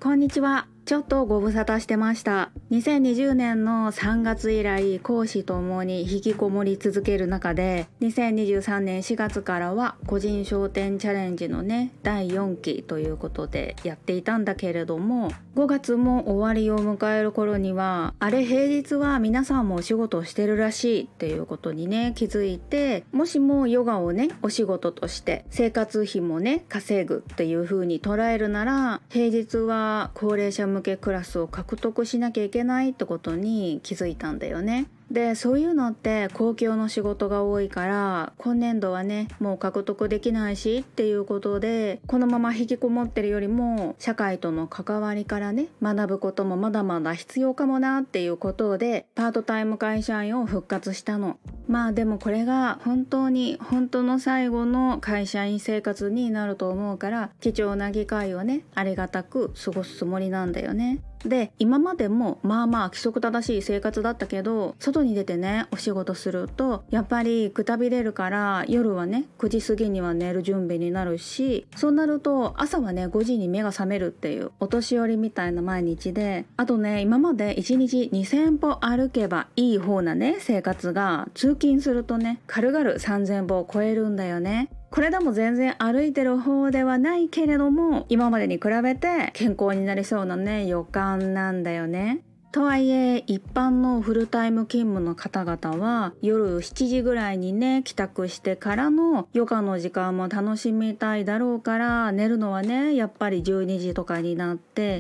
こんにちは。ちょっとご無沙汰してました。2020年の3月以来、講師ともに引きこもり続ける中で、2023年4月からは個人商店チャレンジのね、第4期ということでやっていたんだけれども、5月も終わりを迎える頃には、あれ平日は皆さんもお仕事をしてるらしいっていうことにね、気づいて、もしもヨガをね、お仕事として生活費もね、稼ぐっていう風に捉えるなら、平日は高齢者向けクラスを獲得しなきゃいけないってことに気づいたんだよね。で、そういうのって公共の仕事が多いから今年度はねもう獲得できないしっていうことで、このまま引きこもってるよりも社会との関わりからね学ぶこともまだまだ必要かもなっていうことでパートタイム会社員を復活したの。まあでもこれが本当の最後の会社員生活になると思うから、貴重な機会をねありがたく過ごすつもりなんだよね。で、今までもまあ規則正しい生活だったけど、外に出てねお仕事するとやっぱりくたびれるから、夜はね9時過ぎには寝る準備になるし、そうなると朝はね5時に目が覚めるっていうお年寄りみたいな毎日で、あとね今まで1日2000歩歩けばいい方なね生活が通勤するとね軽々3000歩を超えるんだよね。これでも全然歩いてる方ではないけれども、今までに比べて健康になりそうなね予感なんだよね。とはいえ一般のフルタイム勤務の方々は夜7時ぐらいにね帰宅してからのヨガの時間も楽しみたいだろうから、寝るのはねやっぱり12時とかになって、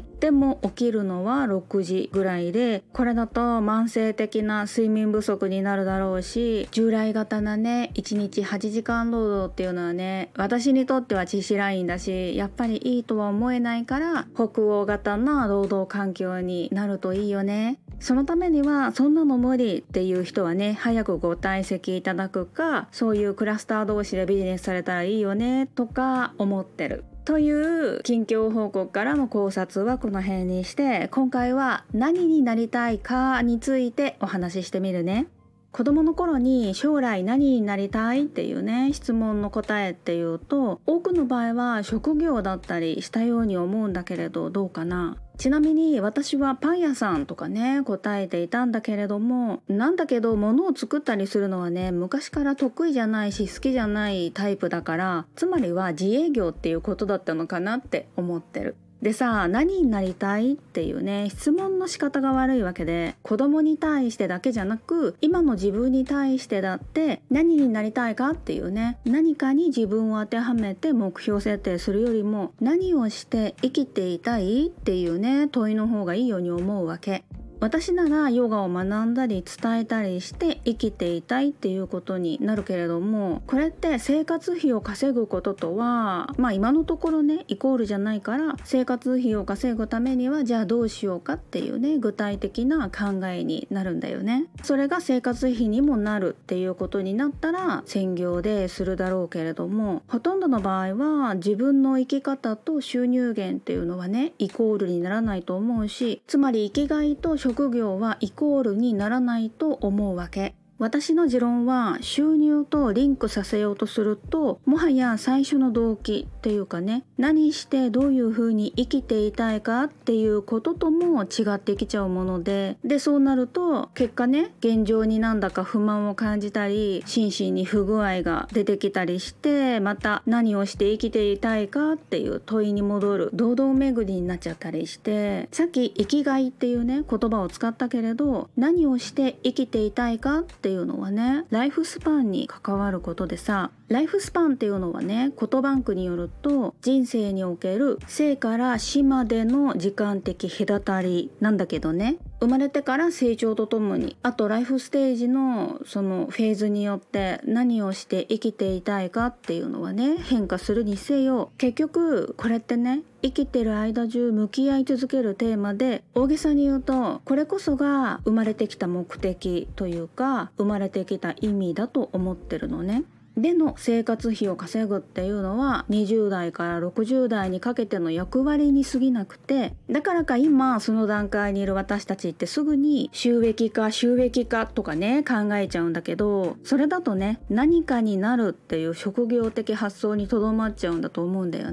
でも起きるのは6時ぐらいで、これだと慢性的な睡眠不足になるだろうし、従来型なね1日8時間労働っていうのはね私にとっては致死ラインだし、やっぱりいいとは思えないから、北欧型な労働環境になるといいよね。そのためにはそんなの無理っていう人はね早くご退席いただくか、そういうクラスター同士でビジネスされたらいいよねとか思ってるという近況報告からの考察はこの辺にして、今回は何になりたいかについてお話ししてみるね。子供の頃に将来何になりたいっていうね質問の答えっていうと、多くの場合は職業だったりしたように思うんだけれど、どうかな。ちなみに私はパン屋さんとかね答えていたんだけれども、なんだけど物を作ったりするのはね昔から得意じゃないし好きじゃないタイプだから、つまりは自営業っていうことだったのかなって思ってる。でさ、何になりたいっていうね質問の仕方が悪いわけで、子供に対してだけじゃなく今の自分に対してだって何になりたいかっていうね、何かに自分を当てはめて目標設定するよりも、何をして生きていたいっていうね問いの方がいいように思うわけ。私ならヨガを学んだり伝えたりして生きていたいっていうことになるけれども、これって生活費を稼ぐこととは今のところねイコールじゃないから、生活費を稼ぐためにはじゃあどうしようかっていうね具体的な考えになるんだよね。それが生活費にもなるっていうことになったら専業でするだろうけれども、ほとんどの場合は自分の生き方と収入源っていうのはねイコールにならないと思うし、つまり生きがいと職業はイコールにならないと思うわけ。私の持論は収入とリンクさせようとすると、もはや最初の動機っていうかね、何してどういう風に生きていたいかっていうこととも違ってきちゃうもので、そうなると結果ね現状になんだか不満を感じたり心身に不具合が出てきたりして、また何をして生きていたいかっていう問いに戻る堂々巡りになっちゃったりして、さっき生きがいっていうね言葉を使ったけれど、何をして生きていたいかっていうのはねライフスパンに関わることでさ、ライフスパンっていうのはねコトバンクによると人生における生から死までの時間的隔たりなんだけどね、生まれてから成長とともに、あとライフステージのそのフェーズによって何をして生きていたいかっていうのはね変化するにせよ、結局これってね生きてる間中向き合い続けるテーマで、大げさに言うとこれこそが生まれてきた目的というか生まれてきた意味だと思ってるのね。での生活費を稼ぐっていうのは20代から60代にかけての役割に過ぎなくて、だからか今その段階にいる私たちってすぐに収益化とかね考えちゃうんだけど、それだとね何かになるっていう職業的発想にとどまっちゃうんだと思うんだよね。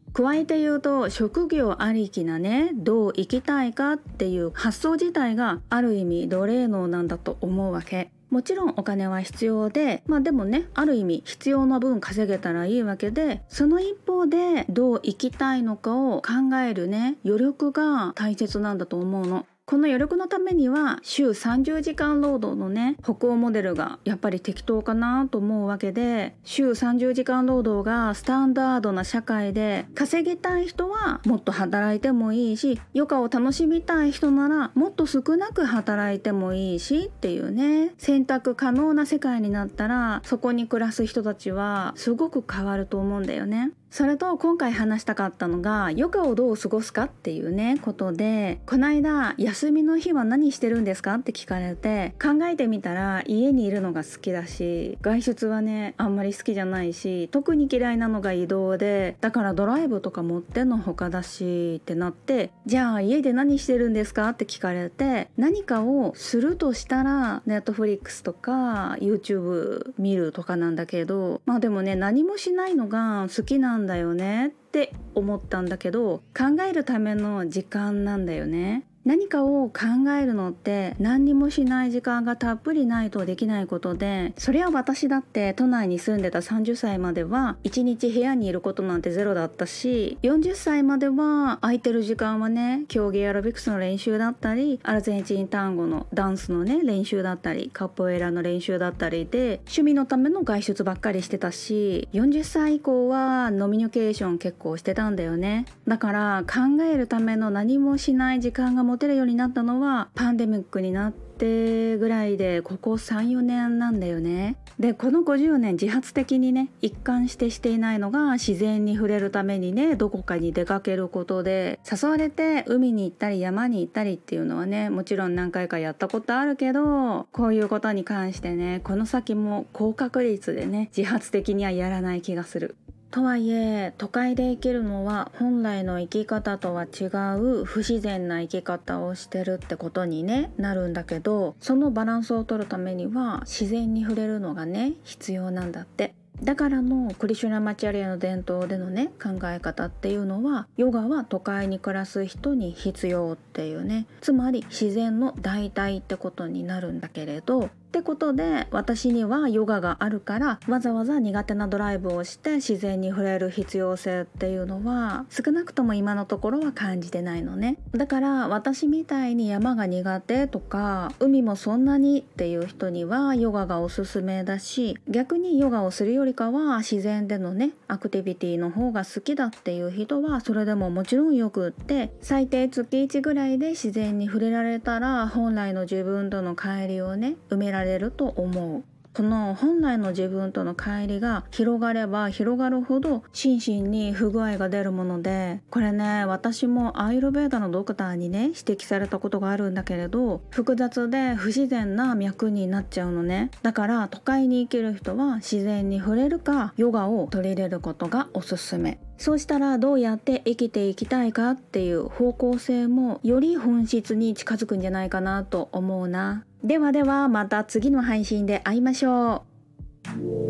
加えて言うと職業ありきなね、どう生きたいかっていう発想自体がある意味奴隷脳なんだと思うわけ。もちろんお金は必要で、でもね、ある意味必要な分稼げたらいいわけで、その一方でどう生きたいのかを考えるね、余力が大切なんだと思うの。この余力のためには週30時間労働のね、北欧モデルがやっぱり適当かなと思うわけで、週30時間労働がスタンダードな社会で、稼ぎたい人はもっと働いてもいいし、余暇を楽しみたい人ならもっと少なく働いてもいいしっていうね、選択可能な世界になったら、そこに暮らす人たちはすごく変わると思うんだよね。それと今回話したかったのが、余暇をどう過ごすかっていうねことで、こないだ休みの日は何してるんですかって聞かれて、考えてみたら家にいるのが好きだし、外出はねあんまり好きじゃないし、特に嫌いなのが移動で、だからドライブとか持ってのほかだしってなって、じゃあ家で何してるんですかって聞かれて、何かをするとしたらネットフリックスとか YouTube 見るとかなんだけど、でもね、何もしないのが好きなんだよねって思ったんだけど、考えるための時間なんだよね。何かを考えるのって何にもしない時間がたっぷりないとできないことで、それは私だって都内に住んでた30歳までは1日部屋にいることなんてゼロだったし、40歳までは空いてる時間はね、競技アロビクスの練習だったり、アルゼンチン単語のダンスのね練習だったり、カポエラの練習だったりで、趣味のための外出ばっかりしてたし、40歳以降はノミニケーション結構してたんだよね。だから考えるための何もしない時間が持てるようになったのはパンデミックになってぐらいで、ここ 3,4 年なんだよね。でこの50年自発的にね一貫していないのが、自然に触れるためにねどこかに出かけることで、誘われて海に行ったり山に行ったりっていうのはね、もちろん何回かやったことあるけど、こういうことに関してね、この先も高確率でね自発的にはやらない気がする。とはいえ都会で生きるのは本来の生き方とは違う不自然な生き方をしてるってことにねなるんだけど、そのバランスを取るためには自然に触れるのがね必要なんだって。だからのクリシュナマチャリアの伝統でのね考え方っていうのは、ヨガは都会に暮らす人に必要っていうね、つまり自然の代替ってことになるんだけれど、ってことで私にはヨガがあるから、わざわざ苦手なドライブをして自然に触れる必要性っていうのは少なくとも今のところは感じてないのね。だから私みたいに山が苦手とか海もそんなにっていう人にはヨガがおすすめだし、逆にヨガをするよりかは自然でのねアクティビティの方が好きだっていう人はそれでももちろんよくって、最低月1ぐらいで自然に触れられたら本来の自分との乖離をね埋められると思う。この本来の自分との乖離が広がれば広がるほど心身に不具合が出るもので、これね私もアイルベーダのドクターにね指摘されたことがあるんだけれど、複雑で不自然な脈になっちゃうのね。だから都会に生きる人は自然に触れるかヨガを取り入れることがおすすめ。そうしたらどうやって生きていきたいかっていう方向性もより本質に近づくんじゃないかなと思うな。ではではまた次の配信で会いましょう。